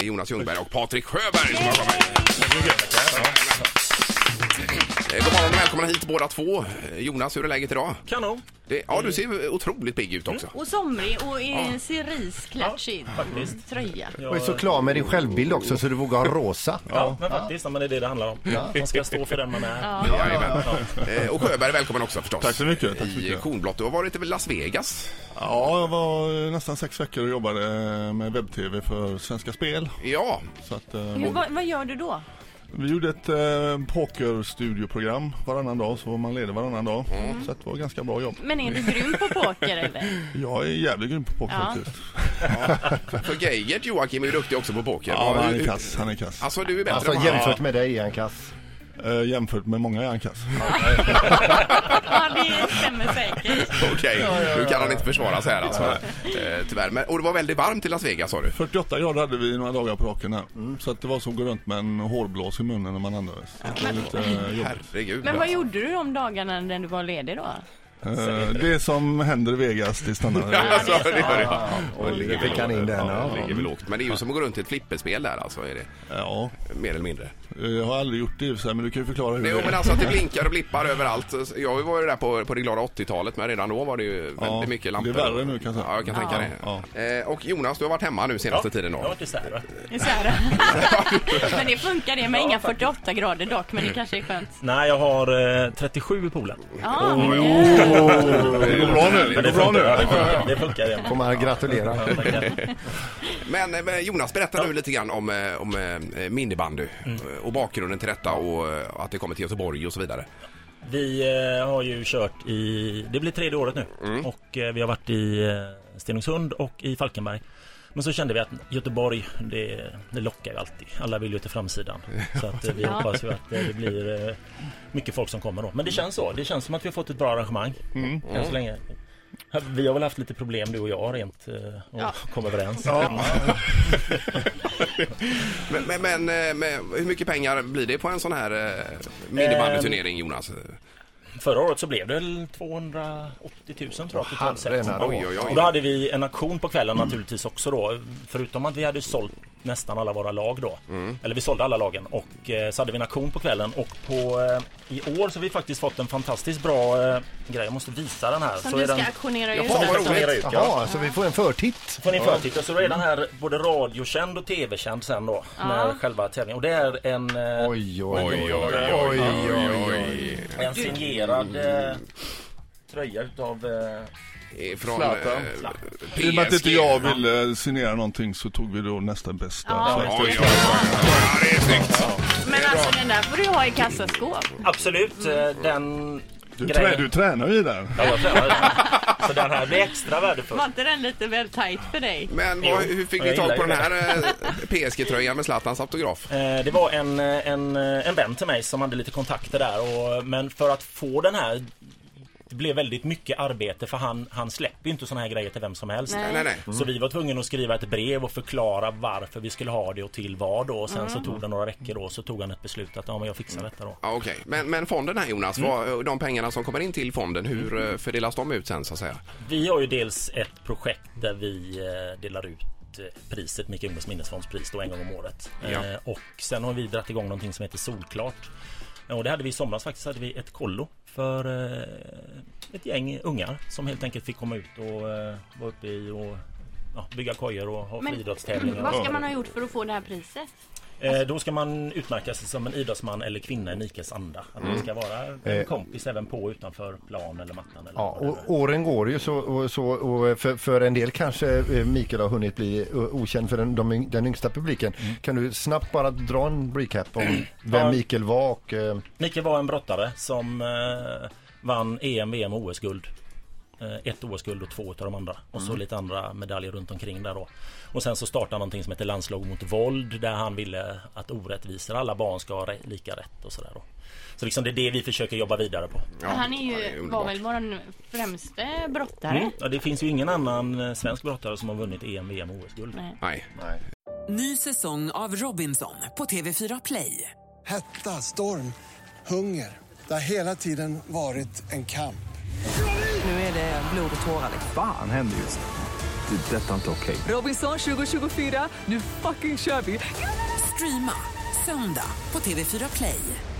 Jonas Ljungberg och Patrik Sjöberg som har kommit. God morgon och välkomna hit båda två. Jonas, hur är läget idag? Kanon. Du ser otroligt pigg ut också. Och somrig och ser risklatschig tröja. Och är så klar med din självbild också så du vågar ha rosa. Ja, men faktiskt, men det är det handlar om. Man ska stå för den man är. Och Sjöberg, välkommen också förstås. Tack så mycket. I Kornblott, du har varit i Las Vegas. Ja, jag var nästan 6 veckor och jobbade med webb-tv för Svenska Spel. Ja. Så att, vad gör du då? Vi gjorde ett pokerstudioprogram varannan dag, så var man ledig varannan dag. Så det var ganska bra jobb. Men är du grym på poker eller? Jag är jävligt grym på poker faktiskt. För Geigert, Joakim, är ju duktig också på poker. Ja, han är kass. Alltså du är bättre. Alltså jämfört med dig är han kass. Jämfört med många är han kass. Ja, det stämmer säkert. Okej, nu kan han inte försvara sig här alltså. Tyvärr. Och det var väldigt varmt i Las Vegas, sa du? 48 grader hade vi några dagar på raken här. Så att det var som att gå runt med en hårblås i munnen när man andades. Herregud. Men vad gjorde du de dagarna när du var ledig då? Det som händer i Vegas, det stannar. Ligger vi kan in där. Ligger väl lågt. Men det är ju som att gå runt i ett flipperspel där alltså, är det? Ja. Mer eller mindre. Jag har aldrig gjort det, men du kan ju förklara hur det är. Jo, men alltså att det blinkar och blippar överallt. Jag var ju där på det glada 80-talet, men redan då var det ju väldigt mycket lampor. Det är värre nu kan jag säga. Ja, jag kan tänka det. Och Jonas, du har varit hemma nu senaste tiden då. Jag har varit i Särö. Men det funkar det med inga 48 grader dock, men det kanske är skönt. Nej, jag har 37 i poolen. Det går bra nu. Det funkar det. Får man gratulera. Men Jonas, berätta nu lite grann om minibandy och bakgrunden till detta och att det kommer till Göteborg och så vidare. Vi har ju kört det blir 3:e året nu och vi har varit i Stenungsund och i Falkenberg. Men så kände vi att Göteborg, det lockar ju alltid. Alla vill ju till framsidan. Så att vi hoppas ju att det blir mycket folk som kommer då. Men det känns så. Det känns som att vi har fått ett bra arrangemang. Än så länge. Vi har väl haft lite problem du och jag rent och komma överens. Men hur mycket pengar blir det på en sån här minibandyturnering, Jonas? Förra året så blev det 280 000 tror jag totalt sett. Och då hade vi en auktion på kvällen naturligtvis också då. Förutom att vi hade sålt nästan alla våra lag då. Eller vi sålde alla lagen. Och så hade vi en auktion på kvällen. Och i år så har vi faktiskt fått en fantastiskt bra grej. Jag måste visa den här. Som så du är ska den, auktionera ut. Jaha, så vi får en förtitt. Får ni en förtitt. Och så är den här både radiokänd och tv-känd sen då. När själva tävlingen. Och det är en... En signerad tröja utav från Zlatan. I och med att inte jag ville signera någonting så tog vi då nästa bästa. Det är snyggt. Men alltså den där får du ha i kassaskåp. Absolut, den du tränar ju där. Ja, jag tränar så den här blir extra värdefull. Var inte den lite väl tight för dig? Men hur fick ni tag på den här PSG-tröjan med Zlatans autograf? Det var en vän till mig som hade lite kontakter där. Men för att få den här... Det blev väldigt mycket arbete för han släpper ju inte såna här grejer till vem som helst. Nej. Så vi var tvungna att skriva ett brev och förklara varför vi skulle ha det och till vad då. Och sen så tog det några veckor då, så tog han ett beslut att men jag fixar detta då. Ja, okej. Men fonden här, Jonas, de pengarna som kommer in till fonden, hur fördelas de ut sen så att säga? Vi har ju dels ett projekt där vi delar ut priset, Mikael Ungmens minnesfondspris då en gång om året. Och sen har vi dratt igång någonting som heter Solklart. Och det hade vi i somras faktiskt, hade vi ett kollo för ett gäng ungar som helt enkelt fick komma ut och vara uppe i och bygga kojor och ha friidrottstävlingar. Vad ska man ha gjort för att få det här priset? Då ska man utmärka sig som en idrottsman eller kvinna i Nikes anda. Att man ska vara en kompis även på utanför plan eller mattan. Eller och åren går ju och för en del kanske Mikael har hunnit bli okänd för den yngsta publiken. Kan du snabbt bara dra en recap om vem Mikael var? Och, Mikael var en brottare som vann EM, VM och OS-guld. Ett OS-guld och 2 av de andra. Och så lite andra medaljer runt omkring där då. Och sen så startade han någonting som heter Landslag mot våld, där han ville att orättvisor, alla barn ska ha lika rätt och sådär då. Så liksom det är det vi försöker jobba vidare på. Ja, han var väl vår främste brottare. Ja, det finns ju ingen annan svensk brottare som har vunnit EM, VM och OS-guld. Nej. Ny säsong av Robinson på TV4 Play. Hetta, storm, hunger. Det har hela tiden varit en kamp. Nu är det blod och tårar. Fan händer just det. Det är detta inte okej. Robinson 2024, nu fucking kör vi! Streama söndag på TV4 Play.